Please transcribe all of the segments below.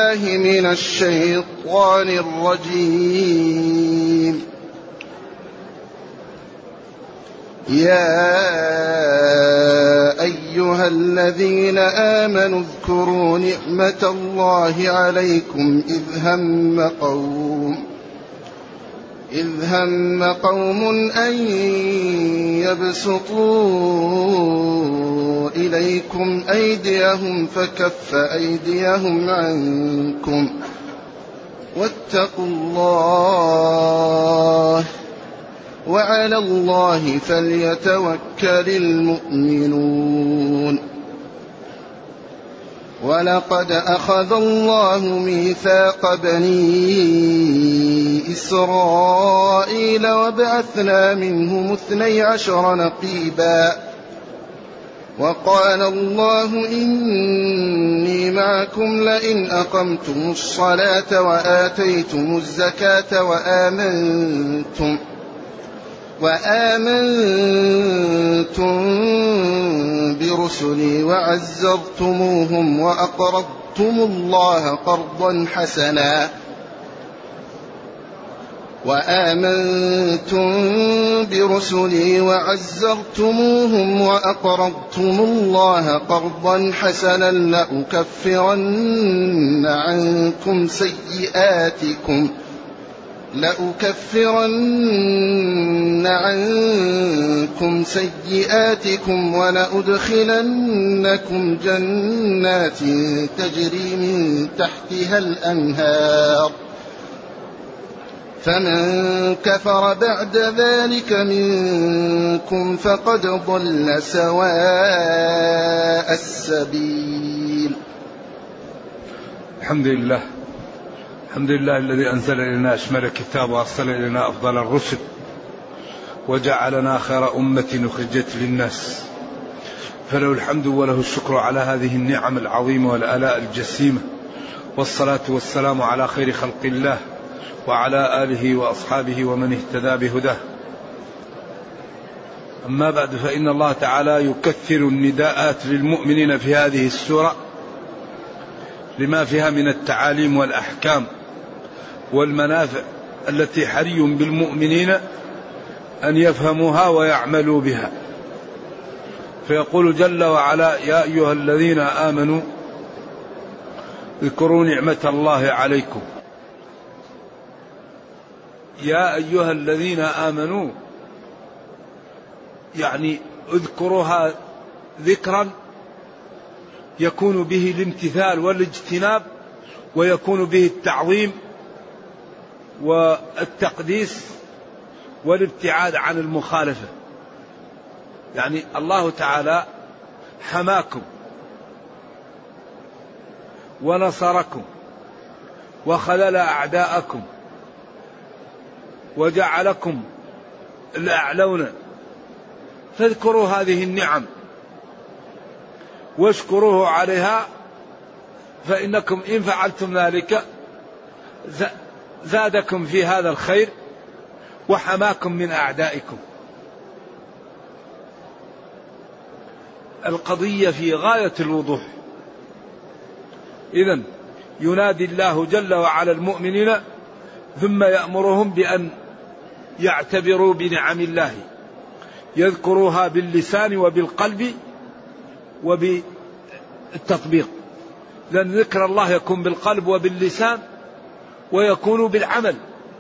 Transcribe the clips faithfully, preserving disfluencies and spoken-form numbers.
بالله من الشيطان الرجيم. يا أيها الذين آمنوا اذكروا نعمة الله عليكم إذ هم قوم إذ هم قوم أن يبسطوا إليكم أيديهم فكف أيديهم عنكم واتقوا الله وعلى الله فليتوكل المؤمنون. ولقد أخذ الله ميثاق بني إسرائيل وبعثنا منهم اثني عشر نقيبا وقال الله إني معكم لئن أقمتم الصلاة وآتيتم الزكاة وآمنتم وآمنتم برسلي وعزرتموهم وأقرضتم الله قرضا حسنا وآمنتم برسلي وعزرتموهم وأقرضتم الله قرضا حسنا لأكفرن عنكم سيئاتكم لأكفرن عنكم سيئاتكم ولأدخلنكم جنات تجري من تحتها الأنهار فمن كفر بعد ذلك منكم فقد ضل سواء السبيل. الحمد لله الحمد لله الذي أنزل إلينا أشمل كتاب وأرسل إلينا أفضل الرسل وجعلنا خير أمة أخرجت للناس، فله الحمد وله الشكر على هذه النعم العظيمة والآلاء الجسيمة، والصلاة والسلام على خير خلق الله وعلى آله وأصحابه ومن اهتدى بهداه. أما بعد، فإن الله تعالى يكثر النداءات للمؤمنين في هذه السورة لما فيها من التعاليم والأحكام والمنافع التي حري بالمؤمنين أن يفهموها ويعملوا بها. فيقول جل وعلا: يا أيها الذين آمنوا اذكروا نعمة الله عليكم. يا أيها الذين آمنوا يعني اذكروها ذكرا يكون به الامتثال والاجتناب، ويكون به التعظيم والتقديس والابتعاد عن المخالفة. يعني الله تعالى حماكم ونصركم وخذل أعداءكم وجعلكم الأعلون، فاذكروا هذه النعم واشكروه عليها، فإنكم إن فعلتم ذلك زادكم في هذا الخير وحماكم من أعدائكم. القضية في غاية الوضوح. إذن ينادي الله جل وعلا المؤمنين ثم يأمرهم بأن يعتبروا بنعم الله، يذكروها باللسان وبالقلب وبالتطبيق، لأن ذكر الله يكون بالقلب وباللسان ويكون بالعمل.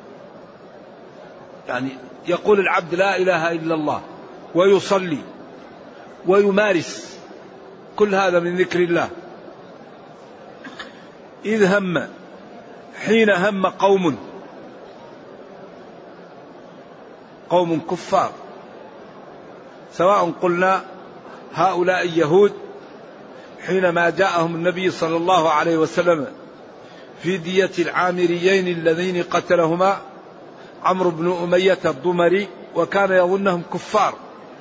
يعني يقول العبد لا إله إلا الله ويصلي ويمارس، كل هذا من ذكر الله. إذ هم، حين هم قوم قوم كفار، سواء قلنا هؤلاء يهود حينما جاءهم النبي صلى الله عليه وسلم في دية العامريين اللذين قتلهما عمرو بن أمية الضمري، وكان يظنهم كفار،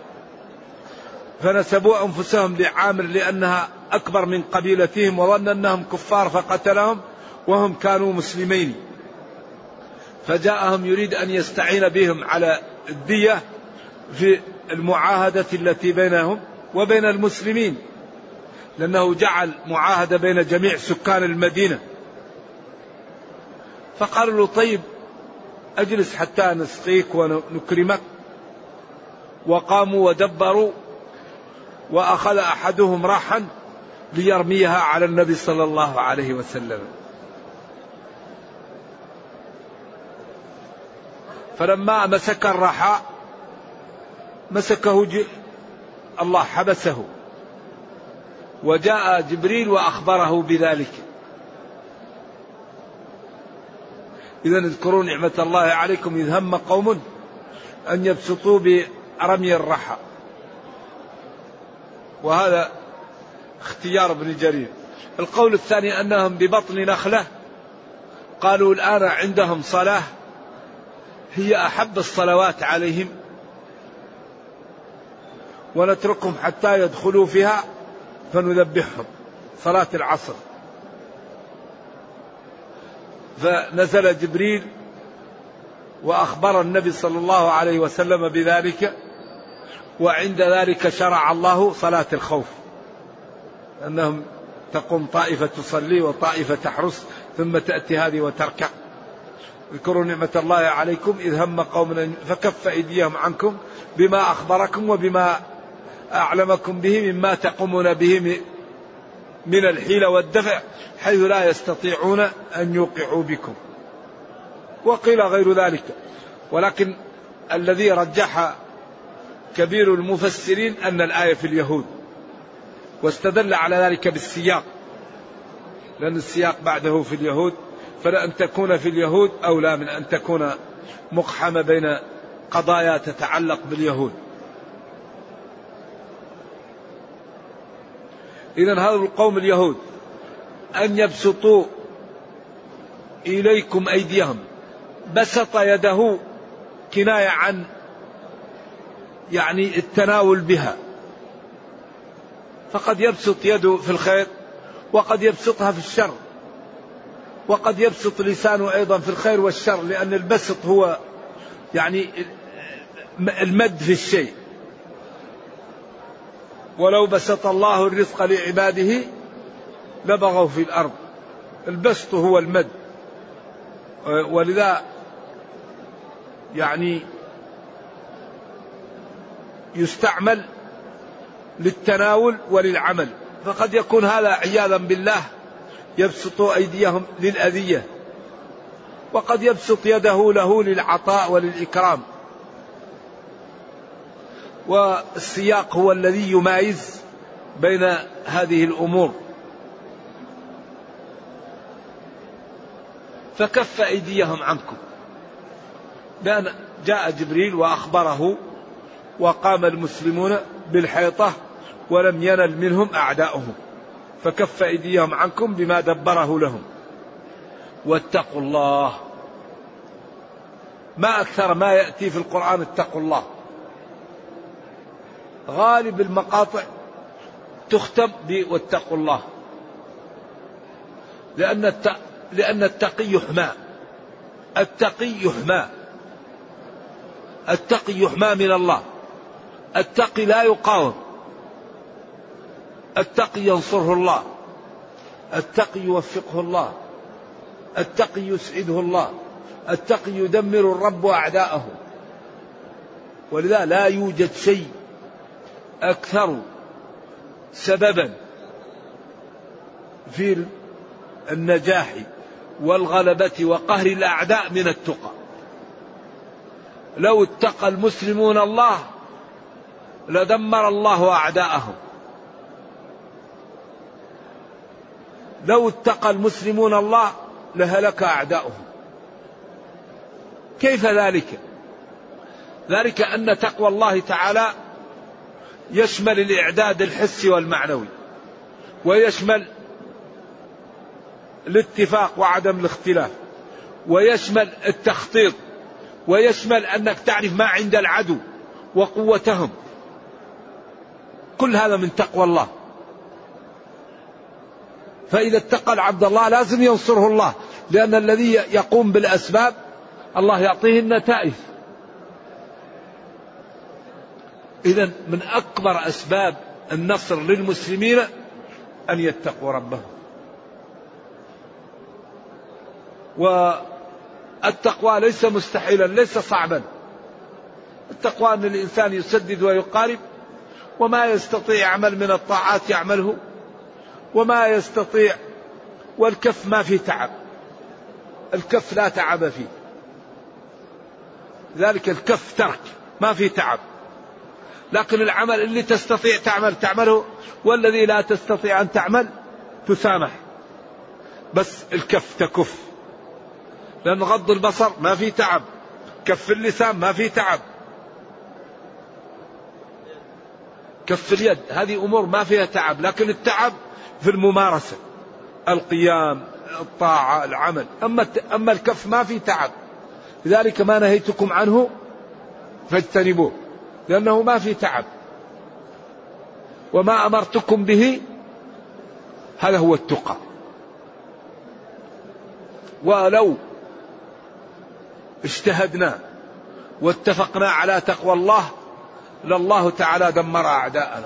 فنسبوا أنفسهم لعامر لأنها أكبر من قبيلتهم، وظن أنهم كفار فقتلهم وهم كانوا مسلمين. فجاءهم يريد أن يستعين بهم على الدية في المعاهدة التي بينهم وبين المسلمين، لأنه جعل معاهدة بين جميع سكان المدينة فقالوا له طيب أجلس حتى نسقيك ونكرمك. وقاموا ودبروا، وأخذ أحدهم راحا ليرميها على النبي صلى الله عليه وسلم. فلما مسك الرحى مسكه ج... الله حبسه، وجاء جبريل وأخبره بذلك. إذن اذكروا نعمة الله عليكم إذ هم قوم أن يبسطوا برمي الرحى. وهذا اختيار ابن جرير. القول الثاني أنهم ببطن نخلة، قالوا الآن عندهم صلاة هي أحب الصلوات عليهم، ونتركهم حتى يدخلوا فيها فنذبحهم، صلاة العصر. فنزل جبريل وأخبر النبي صلى الله عليه وسلم بذلك، وعند ذلك شرع الله صلاة الخوف، أنهم تقوم طائفة تصلي وطائفة تحرس ثم تأتي هذه وتركع. اذكروا نعمة الله عليكم إذ هم قوم فكف أيديهم عنكم بما أخبركم وبما أعلمكم به مما تقومون به من الحيلة والدفع حيث لا يستطيعون أن يوقعوا بكم. وقيل غير ذلك، ولكن الذي رجح كبير المفسرين أن الآية في اليهود، واستدل على ذلك بالسياق، لأن السياق بعده في اليهود، فلأن تكون في اليهود أولى من أن تكون مقحمة بين قضايا تتعلق باليهود. إذن هذا القوم اليهود أن يبسطوا إليكم أيديهم، بسط يده كناية عن يعني التناول بها، فقد يبسط يده في الخير وقد يبسطها في الشر، وقد يبسط لسانه أيضا في الخير والشر، لأن البسط هو يعني المد في الشيء. ولو بسط الله الرزق لعباده لبغوا في الأرض، البسط هو المد. ولذا يعني يستعمل للتناول وللعمل، فقد يكون هذا عياذا بالله يبسط أيديهم للأذية، وقد يبسط يده له للعطاء وللإكرام. والسياق هو الذي يمايز بين هذه الأمور. فكف أيديهم عنكم، لأن جاء جبريل وأخبره، وقام المسلمون بالحيطة ولم ينل منهم أعداؤهم، فكف أيديهم عنكم بما دبره لهم. واتقوا الله، ما أكثر ما يأتي في القرآن اتقوا الله. غالب المقاطع تختم بواتقوا الله، لأن الت... لأن التقي يحمى، التقي يحمى، التقي يحمى من الله، التقي لا يقاوم، التقي ينصره الله، التقي يوفقه الله، التقي يسعده الله، التقي يدمر الرب أعداءه. ولذا لا يوجد شيء أكثر سببا في النجاح والغلبة وقهر الأعداء من التقى. لو اتقى المسلمون الله لدمر الله أعداءهم، لو اتقى المسلمون الله لهلك أعداؤهم. كيف ذلك؟ ذلك أن تقوى الله تعالى يشمل الإعداد الحسي والمعنوي، ويشمل الاتفاق وعدم الاختلاف، ويشمل التخطيط، ويشمل أنك تعرف ما عند العدو وقوتهم. كل هذا من تقوى الله. فإذا اتقى العبد الله لازم ينصره الله، لأن الذي يقوم بالأسباب الله يعطيه النتائج. إذن من أكبر أسباب النصر للمسلمين أن يتقوا ربهم. التقوى ليس مستحيلا، ليس صعبا. التقوى أن الإنسان يسدد ويقارب، وما يستطيع يعمل من الطاعات يعمله، وما يستطيع. والكف ما فيه تعب، الكف لا تعب فيه، ذلك الكف ترك ما فيه تعب. لكن العمل اللي تستطيع تعمل تعمله، والذي لا تستطيع أن تعمل تسامح. بس الكف تكف، لأن غض البصر ما فيه تعب، كف اللسان ما فيه تعب، كف اليد هذه أمور ما فيها تعب. لكن التعب في الممارسة، القيام، الطاعة، العمل. أما أما الكف ما فيه تعب. لذلك ما نهيتكم عنه فاجتنبوه، لأنه ما فيه تعب. وما أمرتكم به هذا هو التقى. ولو اجتهدنا واتفقنا على تقوى الله لله تعالى دمر أعداءنا.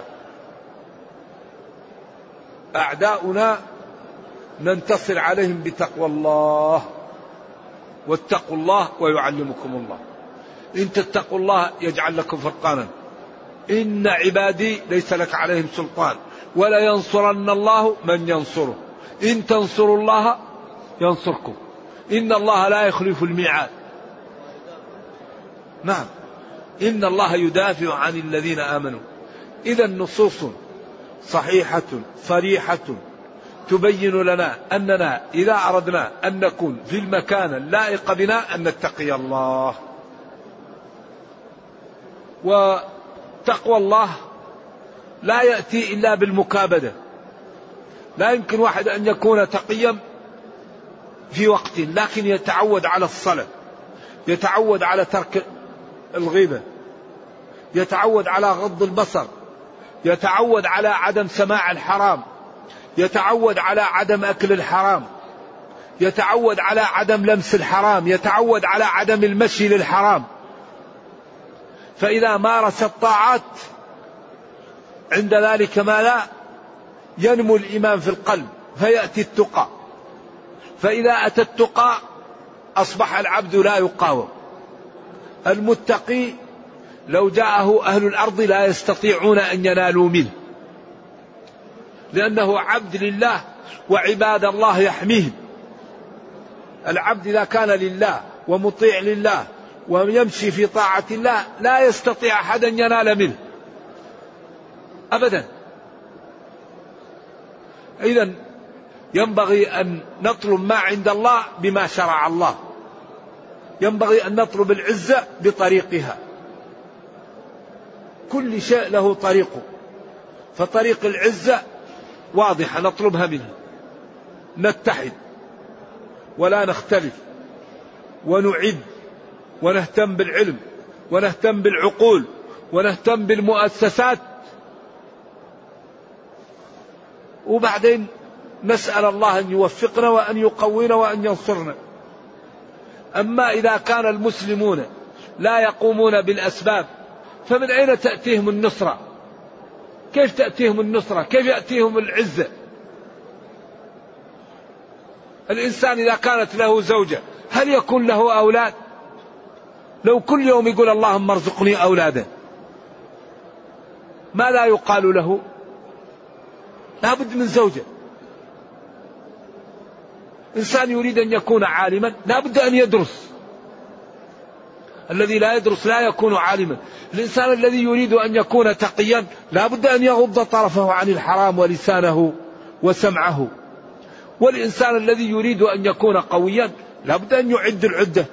أعداؤنا ننتصر عليهم بتقوى الله. واتقوا الله ويعلمكم الله. إن تتقوا الله يجعل لكم فرقانا. إن عبادي ليس لك عليهم سلطان ولا ينصرن الله من ينصره. إن تنصروا الله ينصركم. إن الله لا يخلف الميعاد. نعم، إن الله يدافع عن الذين آمنوا. إذا النصوص صحيحة صريحة تبين لنا أننا إذا أردنا أن نكون في المكان اللائق بنا أن نتقي الله. وتقوى الله لا يأتي إلا بالمكابدة. لا يمكن واحد أن يكون تقيا في وقت، لكن يتعود على الصلاة، يتعود على ترك الغيبة، يتعود على غض البصر، يتعود على عدم سماع الحرام، يتعود على عدم أكل الحرام، يتعود على عدم لمس الحرام، يتعود على عدم المشي للحرام. فإذا مارس الطاعات عند ذلك ما لا ينمو الإيمان في القلب فيأتي التقى. فإذا أتى التقى أصبح العبد لا يقاوم. المتقي لو جاءه أهل الأرض لا يستطيعون أن ينالوا منه، لأنه عبد لله وعباد الله يحميهم. العبد إذا كان لله ومطيع لله ويمشي في طاعة الله لا يستطيع أحد أن ينال منه أبدا. إذن ينبغي أن نطلب ما عند الله بما شرع الله. ينبغي أن نطلب العزة بطريقها. كل شيء له طريقه، فطريق العزة واضحة نطلبها منه. نتحد ولا نختلف، ونعد ونهتم بالعلم ونهتم بالعقول ونهتم بالمؤسسات، وبعدين نسأل الله أن يوفقنا وأن يقوينا وأن ينصرنا. أما إذا كان المسلمون لا يقومون بالأسباب فمن أين تأتيهم النصرة؟ كيف تأتيهم النصرة؟ كيف يأتيهم العزة؟ الإنسان إذا كانت له زوجة هل يكون له أولاد؟ لو كل يوم يقول اللهم ارزقني أولادا ما لا يقال له؟ لا بد من زوجة. إنسان يريد أن يكون عالما لا بد أن يدرس. الذي لا يدرس لا يكون عالما. الإنسان الذي يريد أن يكون تقيا لا بد أن يغض طرفه عن الحرام ولسانه وسمعه. والإنسان الذي يريد أن يكون قويا لا بد أن يعد العدة.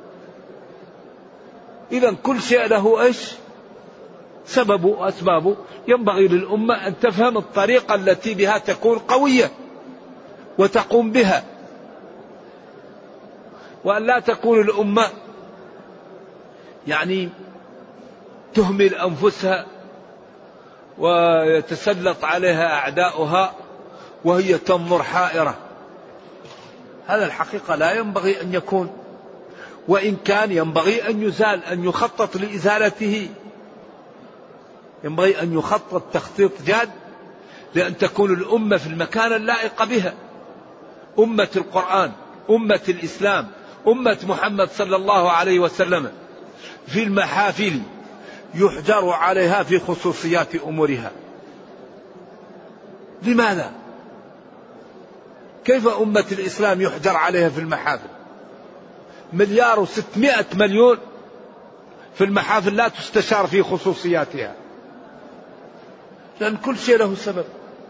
إذن كل شيء له إيش؟ سببه وأسبابه. ينبغي للأمة أن تفهم الطريقة التي بها تكون قوية وتقوم بها، وأن لا تكون الأمة يعني تهمل أنفسها ويتسلط عليها أعداؤها وهي تنظر حائرة. هذا الحقيقة لا ينبغي أن يكون، وإن كان ينبغي أن يزال، أن يخطط لإزالته. ينبغي أن يخطط تخطيط جاد لأن تكون الأمة في المكان اللائق بها. أمة القرآن، أمة الإسلام، أمة محمد صلى الله عليه وسلم في المحافل يحجر عليها في خصوصيات أمورها. لماذا؟ كيف أمة الإسلام يحجر عليها في المحافل؟ مليار وستمائة مليون في المحافل لا تستشار في خصوصياتها، لأن كل شيء له سبب.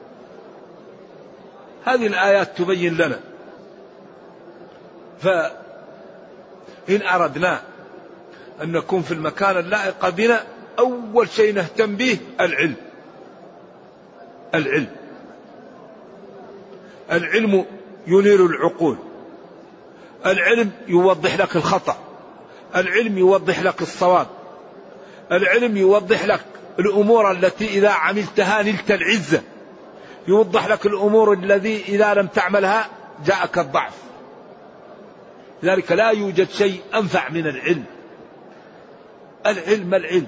هذه الآيات تبين لنا. فإن أردنا أن نكون في المكان اللائق بنا أول شيء نهتم به العلم. العلم العلم ينير العقول، العلم يوضح لك الخطأ، العلم يوضح لك الصواب، العلم يوضح لك الأمور التي إذا عملتها نلت العزة، يوضح لك الأمور التي إذا لم تعملها جاءك الضعف. لذلك لا يوجد شيء أنفع من العلم. العلم العلم.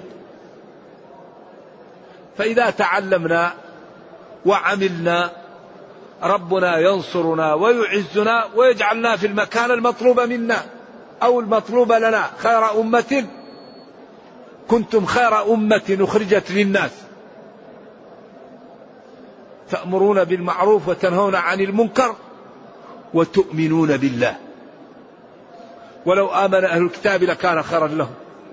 فإذا تعلمنا وعملنا ربنا ينصرنا ويعزنا ويجعلنا في المكان المطلوب منا أو المطلوب لنا. خير أمة كنتم خير أمة أخرجت للناس تأمرون بالمعروف وتنهون عن المنكر وتؤمنون بالله. ولو آمن أهل الكتاب لكان خيرا لهم.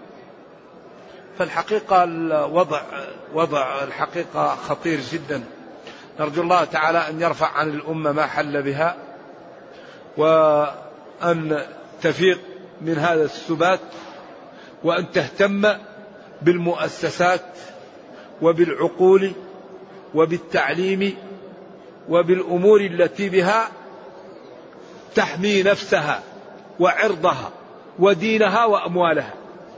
فالحقيقة الوضع وضع الحقيقة خطير جدا. نرجو الله تعالى أن يرفع عن الأمة ما حل بها، وأن تفيق من هذا السبات، وأن تهتم بالمؤسسات وبالعقول وبالتعليم وبالأمور التي بها تحمي نفسها وعرضها ودينها وأموالها.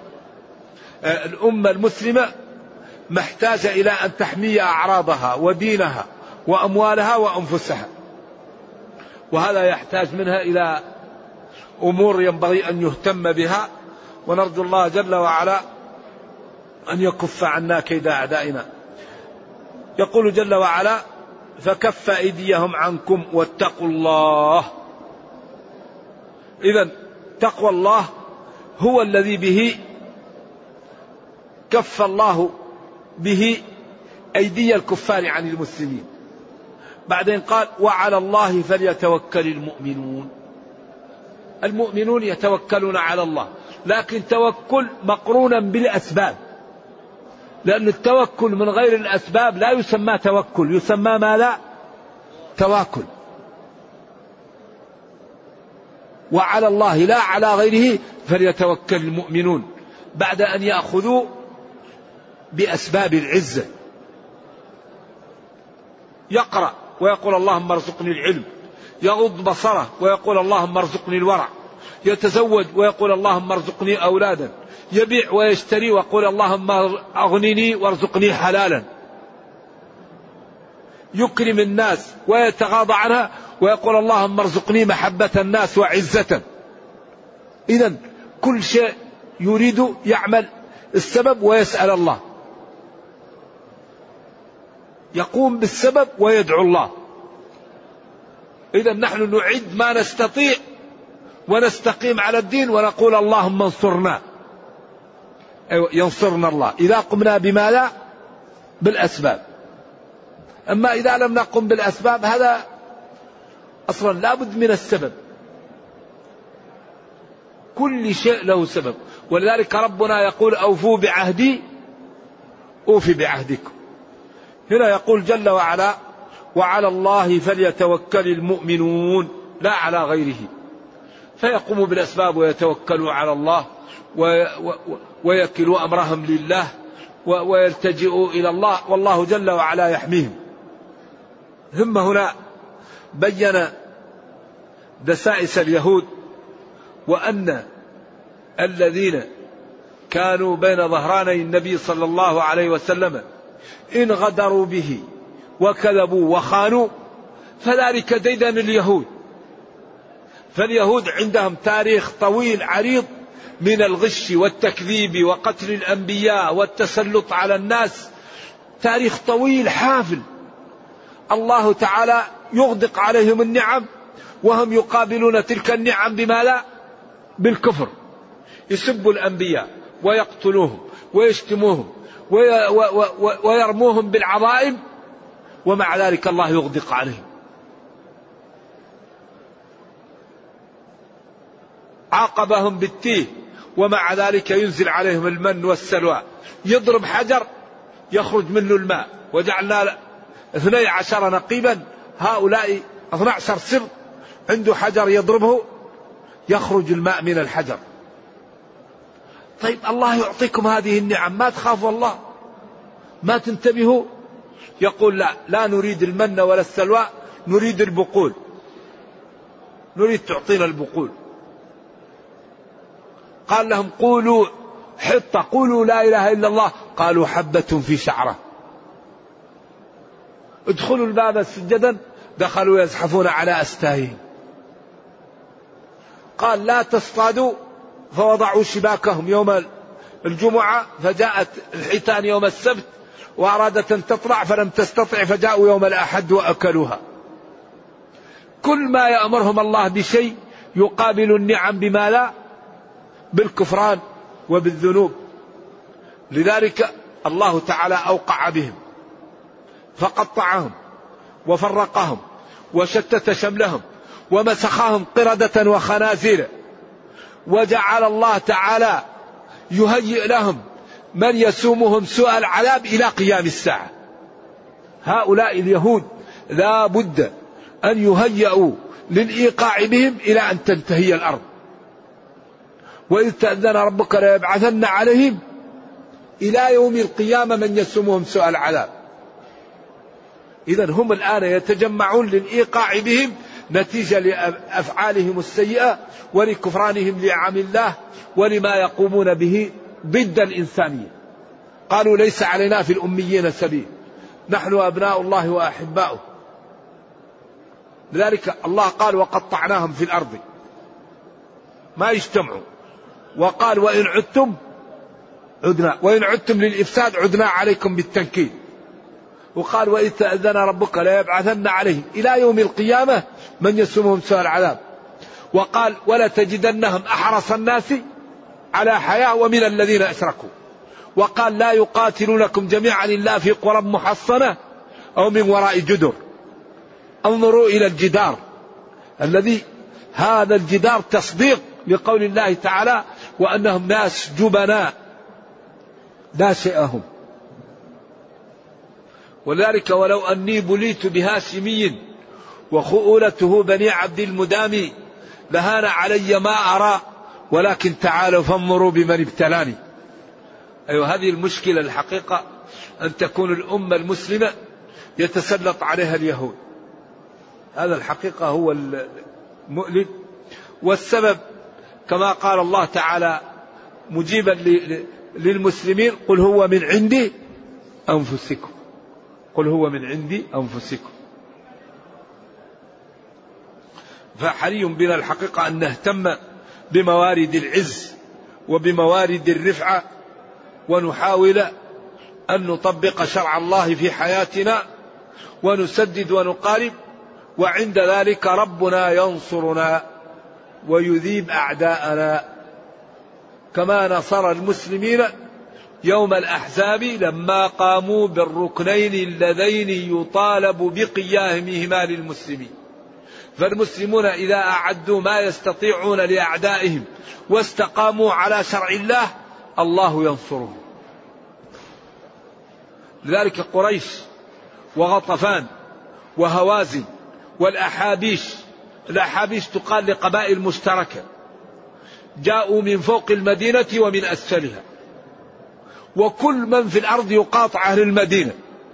الأمة المسلمة محتاجة إلى أن تحمي أعراضها ودينها وأموالها وأنفسها، وهذا يحتاج منها إلى أمور ينبغي أن يهتم بها. ونرجو الله جل وعلا أن يكف عنا كيد أعدائنا. يقول جل وعلا: فكف أيديهم عنكم واتقوا الله. إذن تقوى الله هو الذي به كف الله به أيدي الكفار عن المسلمين. بعدين قال: وعلى الله فليتوكل المؤمنون. المؤمنون يتوكلون على الله، لكن توكل مقرونا بالأسباب، لأن التوكل من غير الأسباب لا يسمى توكل، يسمى ما لا تواكل. وعلى الله لا على غيره فليتوكل المؤمنون، بعد أن يأخذوا بأسباب العزة. يقرأ ويقول اللهم ارزقني العلم، يغض بصره ويقول اللهم ارزقني الورع، يتزوج ويقول اللهم ارزقني أولادا، يبيع ويشتري ويقول اللهم أغنني وارزقني حلالا، يكرم الناس ويتغاضى عنها ويقول اللهم ارزقني محبة الناس وعزة. إذن كل شيء يريد يعمل السبب ويسأل الله، يقوم بالسبب ويدعو الله. إذن نحن نعد ما نستطيع ونستقيم على الدين ونقول اللهم انصرنا. أيوة ينصرنا الله إذا قمنا بما لا بالأسباب. أما إذا لم نقم بالأسباب هذا أصلا لا بد من السبب. كل شيء له سبب، ولذلك ربنا يقول أوفوا بعهدي أوفي بعهدكم. هنا يقول جل وعلا: وعلى الله فليتوكل المؤمنون، لا على غيره. فيقوموا بالأسباب ويتوكلوا على الله ويكلوا أمرهم لله ويلتجئوا إلى الله، والله جل وعلا يحميهم. ثم هنا بين دسائس اليهود، وأن الذين كانوا بين ظهراني النبي صلى الله عليه وسلم إن غدروا به وكذبوا وخانوا فذلك ديدن اليهود. فاليهود عندهم تاريخ طويل عريض من الغش والتكذيب وقتل الأنبياء والتسلط على الناس، تاريخ طويل حافل. الله تعالى يغدق عليهم النعم وهم يقابلون تلك النعم بما لا بالكفر، يسبوا الأنبياء ويقتلوهم ويشتموهم ويرموهم بالعظائم، ومع ذلك الله يغدق عليهم. عاقبهم بالتيه ومع ذلك ينزل عليهم المن والسلوى. يضرب حجر يخرج منه الماء، وجعلنا اثني عشر نقيبا، هؤلاء اثني عشر سر عنده حجر يضربه يخرج الماء من الحجر. طيب الله يعطيكم هذه النعم، ما تخافوا الله؟ ما تنتبهوا؟ يقول لا، لا نريد المن ولا السلوى، نريد البقول، نريد تعطينا البقول. قال لهم قولوا حطة، قولوا لا إله إلا الله، قالوا حبة في شعرة. ادخلوا الباب سجدا، دخلوا يزحفون على أستاههم. قال لا تصطادوا، فوضعوا شباكهم يوم الجمعة، فجاءت الحيتان يوم السبت وأرادت أن تطلع فلم تستطع، فجاءوا يوم الأحد وأكلوها. كل ما يأمرهم الله بشيء يقابل النعم بما لا، بالكفران وبالذنوب. لذلك الله تعالى أوقع بهم فقطعهم وفرقهم وشتت شملهم ومسخهم قردة وخنازير، وجعل الله تعالى يهيئ لهم من يسومهم سوء العذاب إلى قيام الساعة. هؤلاء اليهود لا بد أن يهيئوا للإيقاع بهم إلى أن تنتهي الأرض. وإذ تأذن ربك ليبعثن عليهم إلى يوم القيامة من يسومهم سوء العذاب. إذن هم الآن يتجمعون للإيقاع بهم نتيجة لأفعالهم السيئة ولكفرانهم لنعم الله ولما يقومون به ضد الإنسانية. قالوا ليس علينا في الأميين سبيل، نحن أبناء الله وأحباؤه. لذلك الله قال وقطعناهم في الأرض، ما يجتمعوا. وقال وإن عدتم عدنا، وإن عدتم للإفساد عدنا عليكم بالتنكيل. وقال وإذ تأذن ربك ليبعثن عليهم إلى يوم القيامة من يسومهم سوء العذاب. وقال ولا تجدنهم أحرص الناس على حياة ومن الذين أشركوا. وقال لا يقاتلونكم جميعا إلا في قرى محصنة أو من وراء جدر. انظروا إلى الجدار الذي، هذا الجدار تصديق لقول الله تعالى وأنهم ناس جبناء لا شيء هم. ولذلك ولو أني بليت بهاشمي وخؤولته بني عبد المدامي لهان علي ما أرى ولكن تعالوا فانظروا بمن ابتلاني. أيوة، هذه المشكلة الحقيقة، أن تكون الأمة المسلمة يتسلط عليها اليهود. هذا الحقيقة هو المؤلم. والسبب كما قال الله تعالى مجيبا للمسلمين قل هو من عندي أنفسكم، قل هو من عندي أنفسكم. فحري بنا الحقيقة أن نهتم بموارد العز وبموارد الرفعة، ونحاول أن نطبق شرع الله في حياتنا ونسدد ونقارب، وعند ذلك ربنا ينصرنا ويذيب أعداءنا كما نصر المسلمين يوم الأحزاب لما قاموا بالركنين اللذين يطالب بقيامهما للمسلمين. فالمسلمون إذا أعدوا ما يستطيعون لأعدائهم واستقاموا على شرع الله الله ينصرهم. لذلك قريش وغطفان وهوازن والأحابيش، الأحابيش تقال لقبائل مشتركة، جاءوا من فوق المدينة ومن أسفلها، وكل من في الأرض يقاطع أهل المدينة،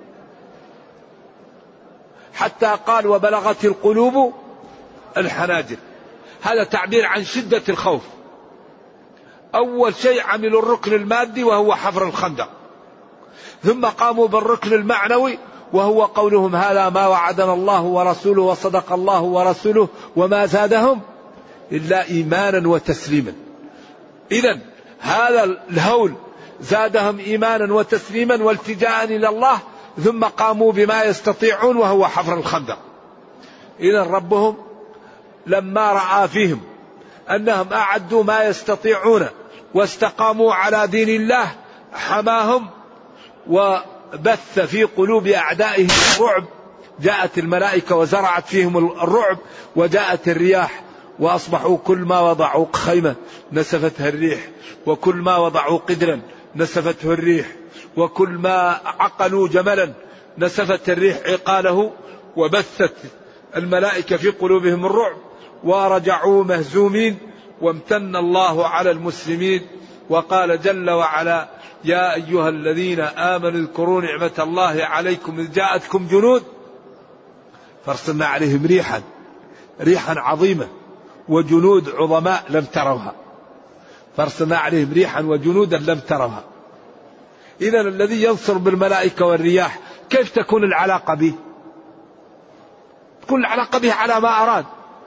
حتى قال وبلغت القلوب الحناجر. هذا تعبير عن شدة الخوف. أول شيء عملوا الركن المادي وهو حفر الخندق، ثم قاموا بالركن المعنوي وهو قولهم هذا ما وعدنا الله ورسوله وصدق الله ورسوله وما زادهم إلا إيمانا وتسليما. إذن هذا الهول زادهم إيمانا وتسليما والتجاء إلى الله، ثم قاموا بما يستطيعون وهو حفر الخندق. إذن ربهم لما رأى فيهم أنهم أعدوا ما يستطيعون واستقاموا على دين الله حماهم وبث في قلوب أعدائهم الرعب. جاءت الملائكة وزرعت فيهم الرعب، وجاءت الرياح وأصبحوا كل ما وضعوا خيمة نسفتها الريح، وكل ما وضعوا قدرا نسفته الريح، وكل ما عقلوا جملا نسفت الريح عقاله، وبثت الملائكة في قلوبهم الرعب ورجعوا مهزومين. وامتن الله على المسلمين وقال جل وعلا: يا أيها الذين آمنوا اذكروا نعمة الله عليكم إذ جاءتكم جنود فارسلنا عليهم ريحا ريحا عظيمة وجنود عظماء لم تروها. فارسلنا عليهم ريحا وجنودا لم تروها. إذن الذي ينصر بالملائكة والرياح كيف تكون العلاقة به؟ تكون العلاقة به على ما أراد.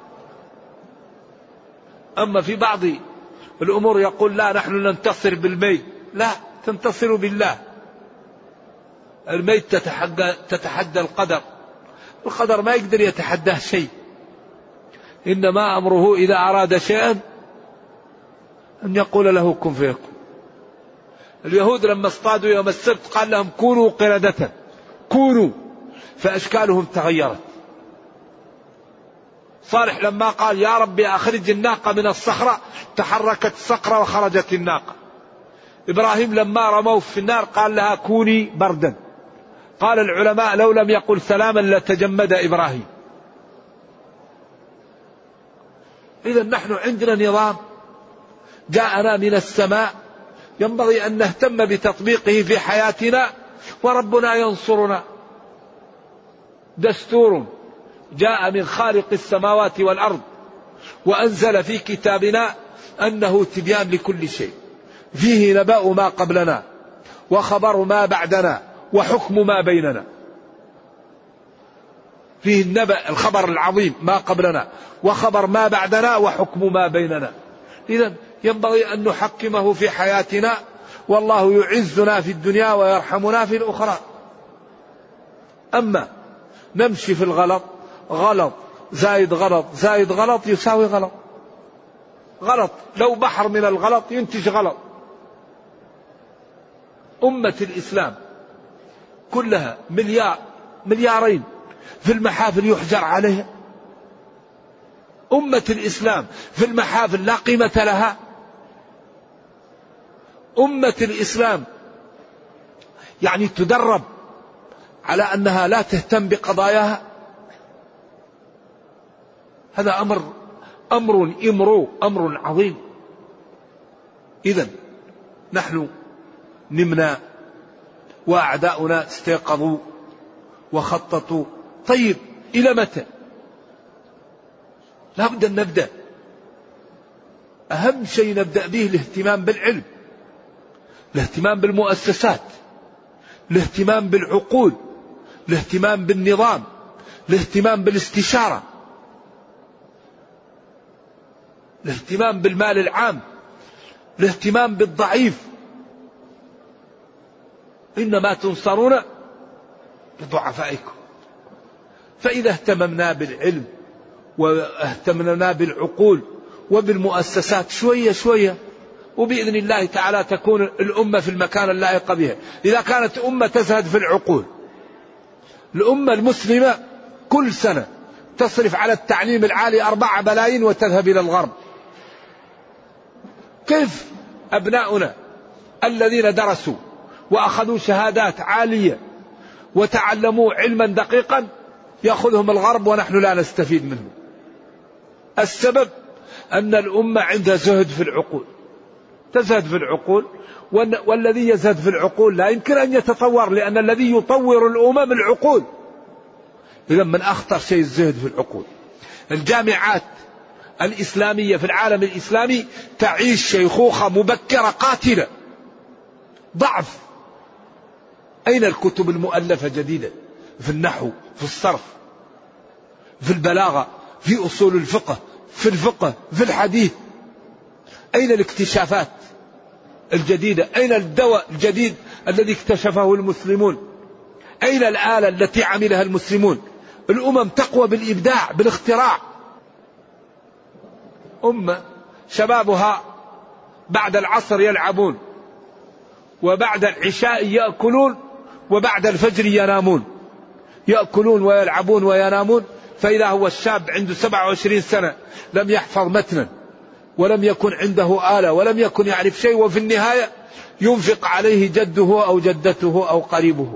أما في بعض الأمور يقول لا نحن ننتصر بالميت، لا، تنتصر بالله. الميت تتحدى, تتحدى القدر، القدر ما يقدر يتحداه شيء، إنما أمره إذا أراد شيئا أن يقول له كن فيكون. اليهود لما اصطادوا يوم السبت قال لهم كونوا قردة، كونوا، فأشكالهم تغيرت. صالح لما قال يا ربي أخرج الناقة من الصخرة تحركت الصخرة وخرجت الناقة. إبراهيم لما رموه في النار قال لها كوني بردا. قال العلماء لو لم يقل سلاما لتجمد إبراهيم. إذا نحن عندنا نظام جاءنا من السماء ينبغي أن نهتم بتطبيقه في حياتنا، وربنا ينصرنا. دستور جاء من خالق السماوات والأرض وأنزل في كتابنا أنه تبيان لكل شيء، فيه نبأ ما قبلنا وخبر ما بعدنا وحكم ما بيننا. فيه النبأ الخبر العظيم ما قبلنا وخبر ما بعدنا وحكم ما بيننا. إذن ينبغي أن نحكمه في حياتنا، والله يعزنا في الدنيا ويرحمنا في الأخرى. أما نمشي في الغلط، غلط زايد غلط زايد غلط يساوي غلط. غلط لو بحر من الغلط ينتج غلط. أمة الإسلام كلها مليار مليارين في المحافل يحجر عليها. أمة الإسلام في المحافل لا قيمة لها. أمة الإسلام يعني تدرب على أنها لا تهتم بقضاياها. هذا أمر أمر إمرو أمر عظيم. إذن نحن نمنا وأعداؤنا استيقظوا وخططوا. طيب إلى متى؟ لا بد أن نبدأ. أهم شيء نبدأ به الاهتمام بالعلم، الاهتمام بالمؤسسات، الاهتمام بالعقول، الاهتمام بالنظام، الاهتمام بالاستشارة، الاهتمام بالمال العام، الاهتمام بالضعيف. إنما تنصرون بضعفائكم. فإذا اهتممنا بالعلم واهتممنا بالعقول وبالمؤسسات شوية شوية، وبإذن الله تعالى تكون الأمة في المكان اللائق بها. إذا كانت أمة تزهد في العقول، الأمة المسلمة كل سنة تصرف على التعليم العالي أربعة بلايين وتذهب إلى الغرب. كيف أبناؤنا الذين درسوا وأخذوا شهادات عالية وتعلموا علما دقيقا يأخذهم الغرب ونحن لا نستفيد منه؟ السبب أن الأمة عندها زهد في العقول، تزهد في العقول، والذي يزهد في العقول لا يمكن أن يتطور، لأن الذي يطور الأمم العقول. إذا من أخطر شيء الزهد في العقول. الجامعات الإسلامية في العالم الإسلامي تعيش شيخوخة مبكرة قاتلة، ضعف. أين الكتب المؤلفة جديدة في النحو، في الصرف، في البلاغة، في أصول الفقه، في الفقه، في الحديث؟ أين الاكتشافات الجديدة؟ أين الدواء الجديد الذي اكتشفه المسلمون؟ أين الآلة التي عملها المسلمون؟ الأمم تقوى بالإبداع، بالاختراع. أمة شبابها بعد العصر يلعبون، وبعد العشاء يأكلون، وبعد الفجر ينامون، يأكلون ويلعبون وينامون. فإذا هو الشاب عنده سبعة وعشرين سنة لم يحفظ متنا ولم يكن عنده آلة ولم يكن يعرف شيء، وفي النهاية ينفق عليه جده أو جدته أو قريبه،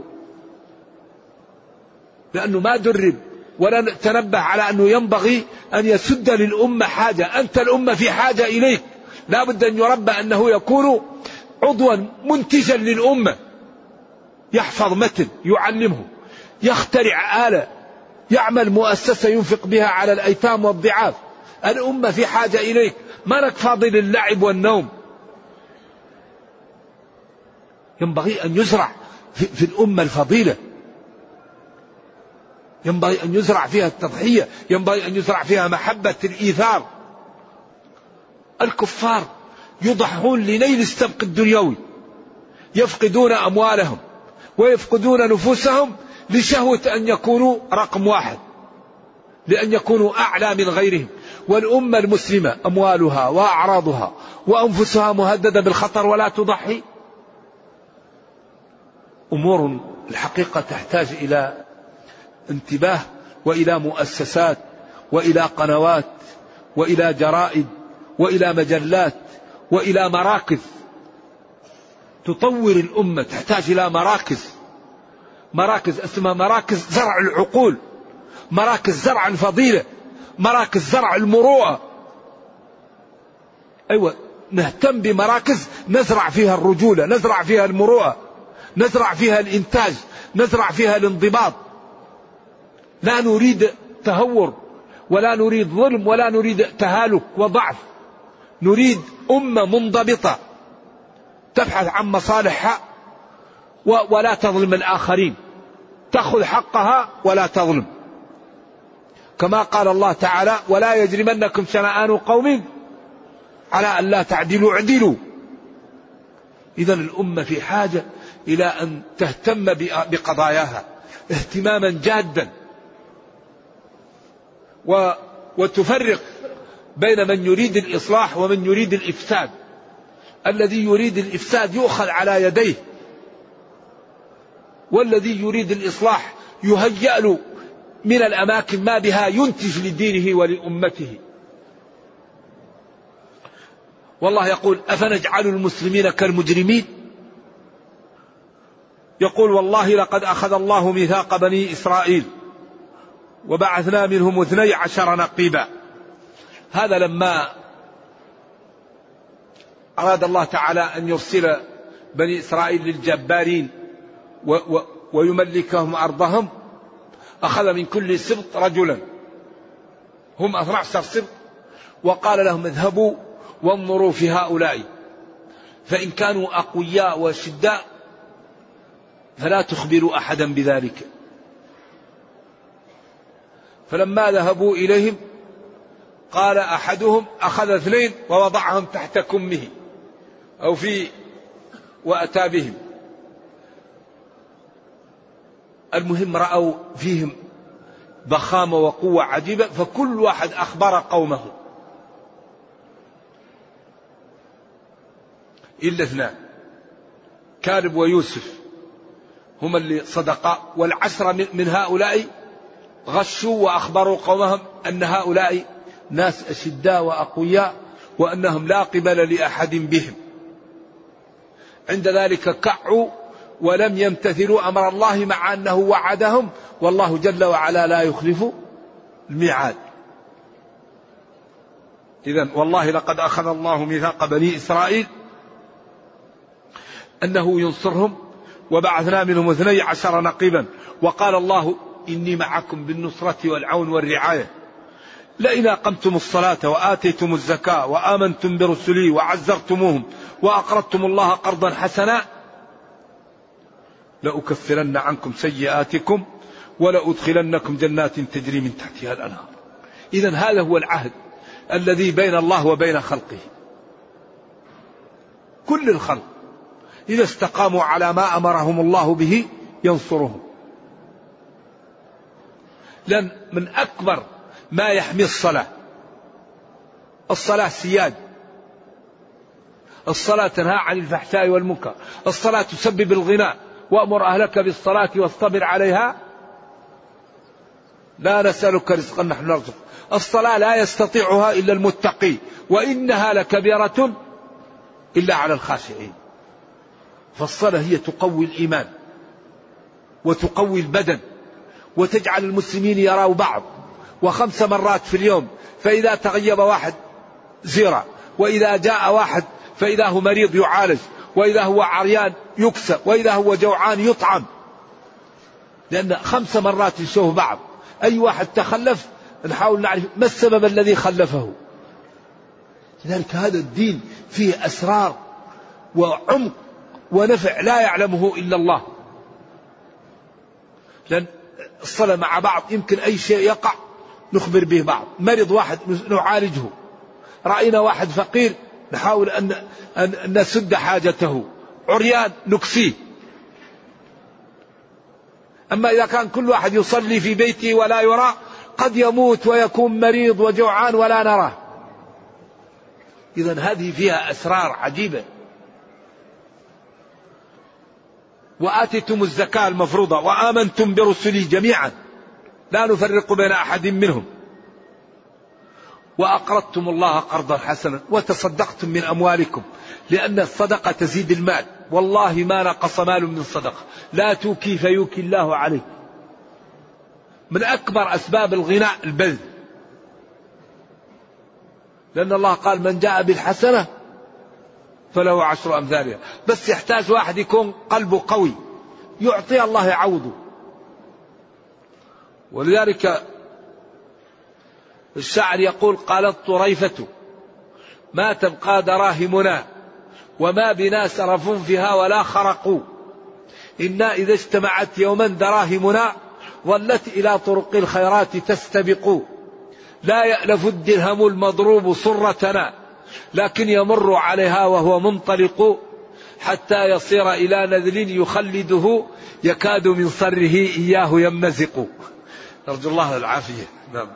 لأنه ما درب ولا تنبه على أنه ينبغي أن يسد للأمة حاجة. أنت الأمة في حاجة إليك، لا بد أن يربى أنه يكون عضوا منتجا للأمة، يحفظ متن يعلمه، يخترع آلة، يعمل مؤسسة ينفق بها على الأيتام والضعاف. الأمة في حاجة إليك، ما لك فاضل اللعب والنوم. ينبغي أن يزرع في, في الأمة الفضيلة، ينبغي أن يزرع فيها التضحية، ينبغي أن يزرع فيها محبة الإيثار. الكفار يضحون لنيل السبق الدنيوي، يفقدون أموالهم ويفقدون نفوسهم لشهوة أن يكونوا رقم واحد، لأن يكونوا أعلى من غيرهم. والأمة المسلمة أموالها وأعراضها وأنفسها مهددة بالخطر ولا تضحي. أمور الحقيقة تحتاج إلى انتباه، وإلى مؤسسات، وإلى قنوات، وإلى جرائد، وإلى مجلات، وإلى مراكز تطور الأمة. تحتاج إلى مراكز، مراكز اسمها مراكز زرع العقول، مراكز زرع الفضيلة، مراكز زرع المروءة. أيوة، نهتم بمراكز نزرع فيها الرجولة، نزرع فيها المروءة، نزرع فيها الإنتاج، نزرع فيها الانضباط. لا نريد تهور، ولا نريد ظلم، ولا نريد تهالك وضعف. نريد أمة منضبطة تبحث عن مصالحها ولا تظلم الآخرين، تأخذ حقها ولا تظلم. كما قال الله تعالى: ولا يجرمنكم شنآن قوم على أن لا تعدلوا اعدلوا. إذن الأمة في حاجة إلى أن تهتم بقضاياها اهتماما جادا، وتفرق بين من يريد الإصلاح ومن يريد الإفساد. الذي يريد الإفساد يؤخذ على يديه، والذي يريد الإصلاح يهيأ له من الأماكن ما بها ينتج لدينه ولأمته. والله يقول: أفنجعل المسلمين كالمجرمين؟ يقول: والله لقد أخذ الله ميثاق بني إسرائيل وبعثنا منهم اثني عشر نقيبا. هذا لما أراد الله تعالى أن يرسل بني إسرائيل للجبارين ويملكهم أرضهم، أخذ من كل سبط رجلا، هم اثنا عشر سبط، وقال لهم: اذهبوا وانظروا في هؤلاء، فإن كانوا أقوياء وشداء فلا تخبروا أحدا بذلك. فلما ذهبوا إليهم قال أحدهم: أخذ اثنين ووضعهم تحت كمه أو في وأتى بهم. المهم رأوا فيهم ضخامة وقوة عجيبة، فكل واحد أخبر قومه إلا اثنان، كالب ويوسف، هم اللي صدقا. والعشرة من هؤلاء غشوا وأخبروا قومهم أن هؤلاء ناس أشداء وأقوياء، وأنهم لا قبل لأحد بهم. عند ذلك كعوا ولم يمتثلوا أمر الله، مع أنه وعدهم، والله جل وعلا لا يخلف الميعاد. إذن والله لقد أخذ الله ميثاق بني إسرائيل أنه ينصرهم، وبعثنا منهم اثني عشر نقيبا، وقال الله: إني معكم بالنصرة والعون والرعاية، لئن أقمتم الصلاة وآتيتم الزكاة وآمنتم برسلي وعزرتموهم وأقرضتم الله قرضا حسنا لأكفرن عنكم سيئاتكم ولأدخلنكم جنات تجري من تحتها الأنهار. إذن هذا هو العهد الذي بين الله وبين خلقه. كل الخلق إذا استقاموا على ما أمرهم الله به ينصرهم. لأن من أكبر ما يحمي الصلاة، الصلاة سياد الصلاة تنهى عن الفحشاء والمنكر، الصلاة تسبب الغنى، وأمر أهلك بالصلاة واصطبر عليها لا نسألك رزقا نحن نرزق. الصلاة لا يستطيعها إلا المتقي، وإنها لكبيرة إلا على الخاشعين. فالصلاة هي تقوي الإيمان وتقوي البدن وتجعل المسلمين يروا بعض، وخمس مرات في اليوم، فإذا تغيب واحد زيرة، وإذا جاء واحد فإذا هو مريض يعالج، وإذا هو عريان يكسى، وإذا هو جوعان يطعم، لأن خمس مرات يشوه بعض. أي واحد تخلف نحاول نعرف ما السبب الذي خلفه. لذلك هذا الدين فيه أسرار وعمق ونفع لا يعلمه إلا الله. لأن الصلاة مع بعض يمكن أي شيء يقع نخبر به بعض، مرض واحد نعالجه، رأينا واحد فقير نحاول أن, أن نسد حاجته، عريان نكسيه. أما إذا كان كل واحد يصلي في بيته ولا يرى، قد يموت ويكون مريض وجوعان ولا نراه. إذن هذه فيها أسرار عجيبة. وآتيتم الزكاة المفروضة وآمنتم برسلي جميعا لا نفرق بين أحد منهم، وأقرضتم الله قرضا حسنا وتصدقتم من أموالكم، لأن الصدقة تزيد المال، والله ما نقص مال من صدقة، لا توكي فيوكي الله عليك. من أكبر أسباب الغناء البذل، لأن الله قال من جاء بالحسنة فله عشر أمثالها، بس يحتاج واحد يكون قلبه قوي يعطي الله يعوضه. ولذلك الشاعر يقول قالت طريفة ما تبقى دراهمنا وما بنا سرف فيها ولا خرقوا، إنا إذا اجتمعت يوما دراهمنا ظلت إلى طرق الخيرات تستبق، لا يألف الدرهم المضروب صرتنا لكن يمر عليها وهو منطلق، حتى يصير إلى نذل يخلده يكاد من صره إياه يمزق. نرجو الله العافية. نعم.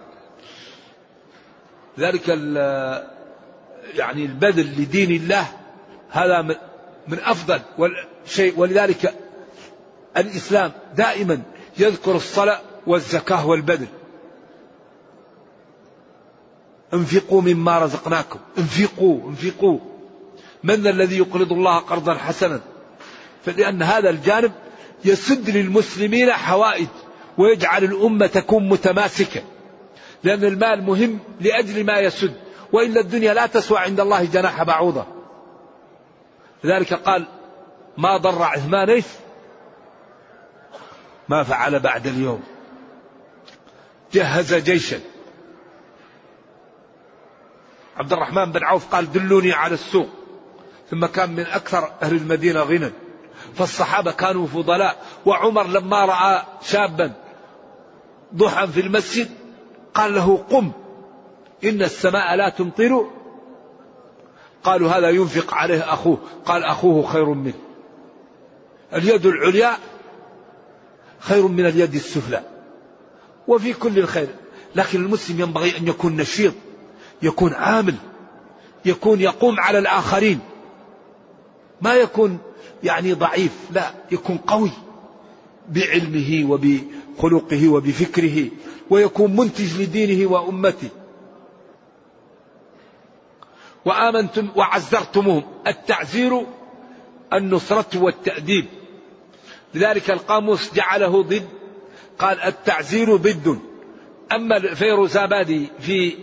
ذلك يعني البذل لدين الله هذا من أفضل شيء. ولذلك الإسلام دائما يذكر الصلاة والزكاة والبذل. انفقوا مما رزقناكم، انفقوا انفقوا. من الذي يقرض الله قرضا حسنا؟ فلأن هذا الجانب يسد للمسلمين حوائج ويجعل الأمة تكون متماسكة، لأن المال مهم لأجل ما يسد، وإلا الدنيا لا تسوى عند الله جناح بعوضة. لذلك قال ما ضر عثمان إيش ما فعل بعد اليوم. جهز جيشا. عبد الرحمن بن عوف قال دلوني على السوق، ثم كان من أكثر أهل المدينة غنى، فالصحابة كانوا فضلاء. وعمر لما رأى شابا ضحى في المسجد قال له قم إن السماء لا تمطر. قالوا هذا ينفق عليه أخوه، قال أخوه خير منه. اليد العليا خير من اليد السفلى، وفي كل الخير. لكن المسلم ينبغي أن يكون نشيط، يكون عامل، يكون يقوم على الآخرين، ما يكون يعني ضعيف، لا يكون قوي بعلمه وبخلقه وبفكره، ويكون منتج لدينه وأمته. وآمنتم وعزرتموهم. التعزير النصرة والتأديب، لذلك القاموس جعله ضد، قال التعزير ضد. أما الفيروزابادي في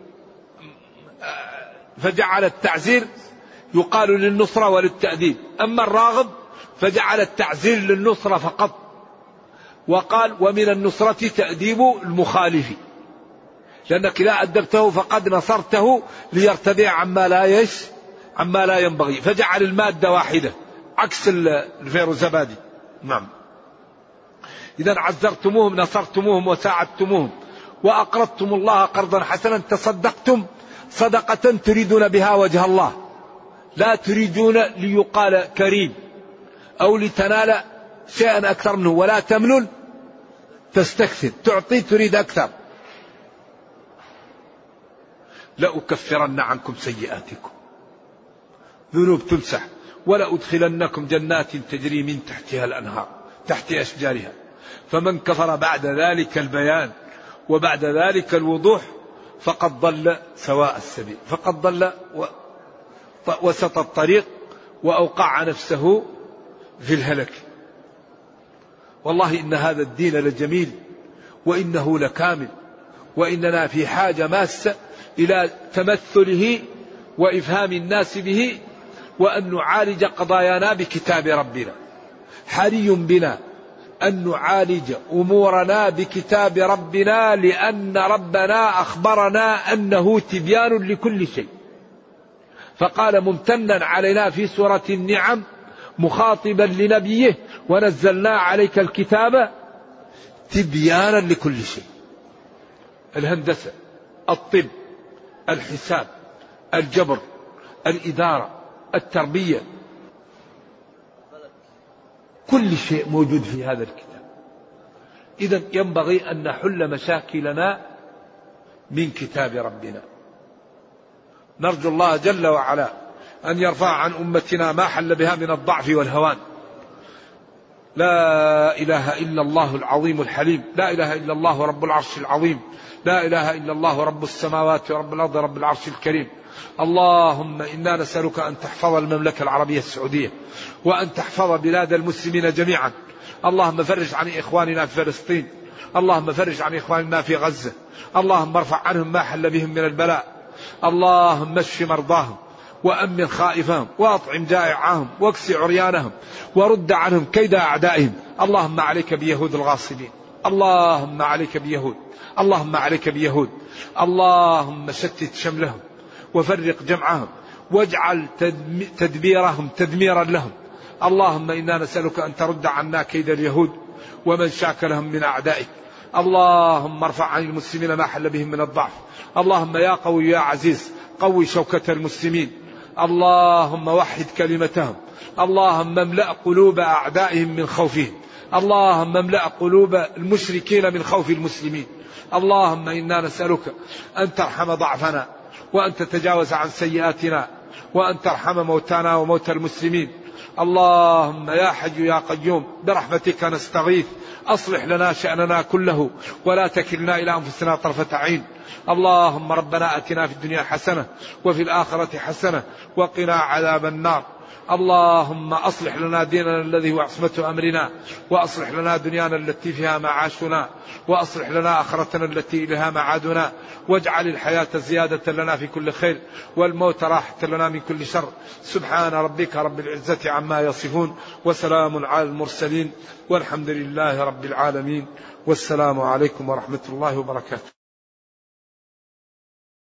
فجعل التعزير يقال للنصرة وللتأديب، أما الراغب فجعل التعزير للنصرة فقط، وقال ومن النصرة تأديب المخالف، لأنك لا أدبته فقد نصرته ليرتدع عما لا يش عما لا ينبغي، فجعل المادة واحدة عكس الفيروزابادي. نعم. إذا عزرتموهم نصرتموهم وساعدتموهم. وأقرضتم الله قرضا حسنا، تصدقتم صدقة تريدون بها وجه الله، لا تريدون ليقال كريم أو لتنال شيئا أكثر منه، ولا تمنن تستكثر، تعطي تريد أكثر. لأكفرن عنكم سيئاتكم ذنوب تمسح. ولا أدخلنكم جنات تجري من تحتها الأنهار تحت أشجارها. فمن كفر بعد ذلك البيان وبعد ذلك الوضوح فقد ضل سواء السبيل، فقد ضل وسط الطريق وأوقع نفسه في الهلك. والله إن هذا الدين لجميل وإنه لكامل، وإننا في حاجة ماسة إلى تمثله وإفهام الناس به، وأن نعالج قضايانا بكتاب ربنا. حري بنا أن نعالج أمورنا بكتاب ربنا، لأن ربنا أخبرنا أنه تبيان لكل شيء. فقال ممتنا علينا في سورة النعم مخاطبا لنبيه: ونزلنا عليك الكتاب تبيانا لكل شيء. الهندسة، الطب، الحساب، الجبر، الإدارة، التربية، كل شيء موجود في هذا الكتاب. إذن ينبغي أن نحل مشاكلنا من كتاب ربنا. نرجو الله جل وعلا أن يرفع عن أمتنا ما حل بها من الضعف والهوان. لا إله إلا الله العظيم الحليم، لا إله إلا الله رب العرش العظيم، لا إله إلا الله رب السماوات ورب الأرض رب العرش الكريم. اللهم إنا نسألك أن تحفظ المملكة العربية السعودية، وأن تحفظ بلاد المسلمين جميعا. اللهم فرج عن إخواننا في فلسطين، اللهم فرج عن إخواننا في غزة، اللهم ارفع عنهم ما حل بهم من البلاء. اللهم اشف مرضاهم وأمن خائفهم وأطعم جائعهم واكس عريانهم ورد عنهم كيد أعدائهم. اللهم عليك بيهود الغاصبين، اللهم عليك بيهود، اللهم عليك بيهود. اللهم شتت شملهم وفرق جمعهم واجعل تدبيرهم تدميرا لهم. اللهم إنا نسألك أن ترد عنا كيد اليهود ومن شاكلهم من أعدائك. اللهم ارفع عن المسلمين ما حل بهم من الضعف. اللهم يا قوي يا عزيز قوي شوكة المسلمين. اللهم وحد كلمتهم. اللهم املأ قلوب أعدائهم من خوفهم. اللهم املأ قلوب المشركين من خوف المسلمين. اللهم إنا نسألك أن ترحم ضعفنا وأن تتجاوز عن سيئاتنا وأن ترحم موتانا وموتى المسلمين. اللهم يا حي يا قيوم برحمتك نستغيث، أصلح لنا شأننا كله ولا تكلنا إلى أنفسنا طرفة عين. اللهم ربنا أتنا في الدنيا حسنة وفي الآخرة حسنة وقنا عذاب النار. اللهم أصلح لنا ديننا الذي هو عصمة أمرنا، وأصلح لنا دنيانا التي فيها معاشنا، وأصلح لنا آخرتنا التي إليها معادنا، واجعل الحياة زيادة لنا في كل خير والموت راحة لنا من كل شر. سبحان ربك رب العزة عما يصفون وسلام على المرسلين والحمد لله رب العالمين. والسلام عليكم ورحمة الله وبركاته.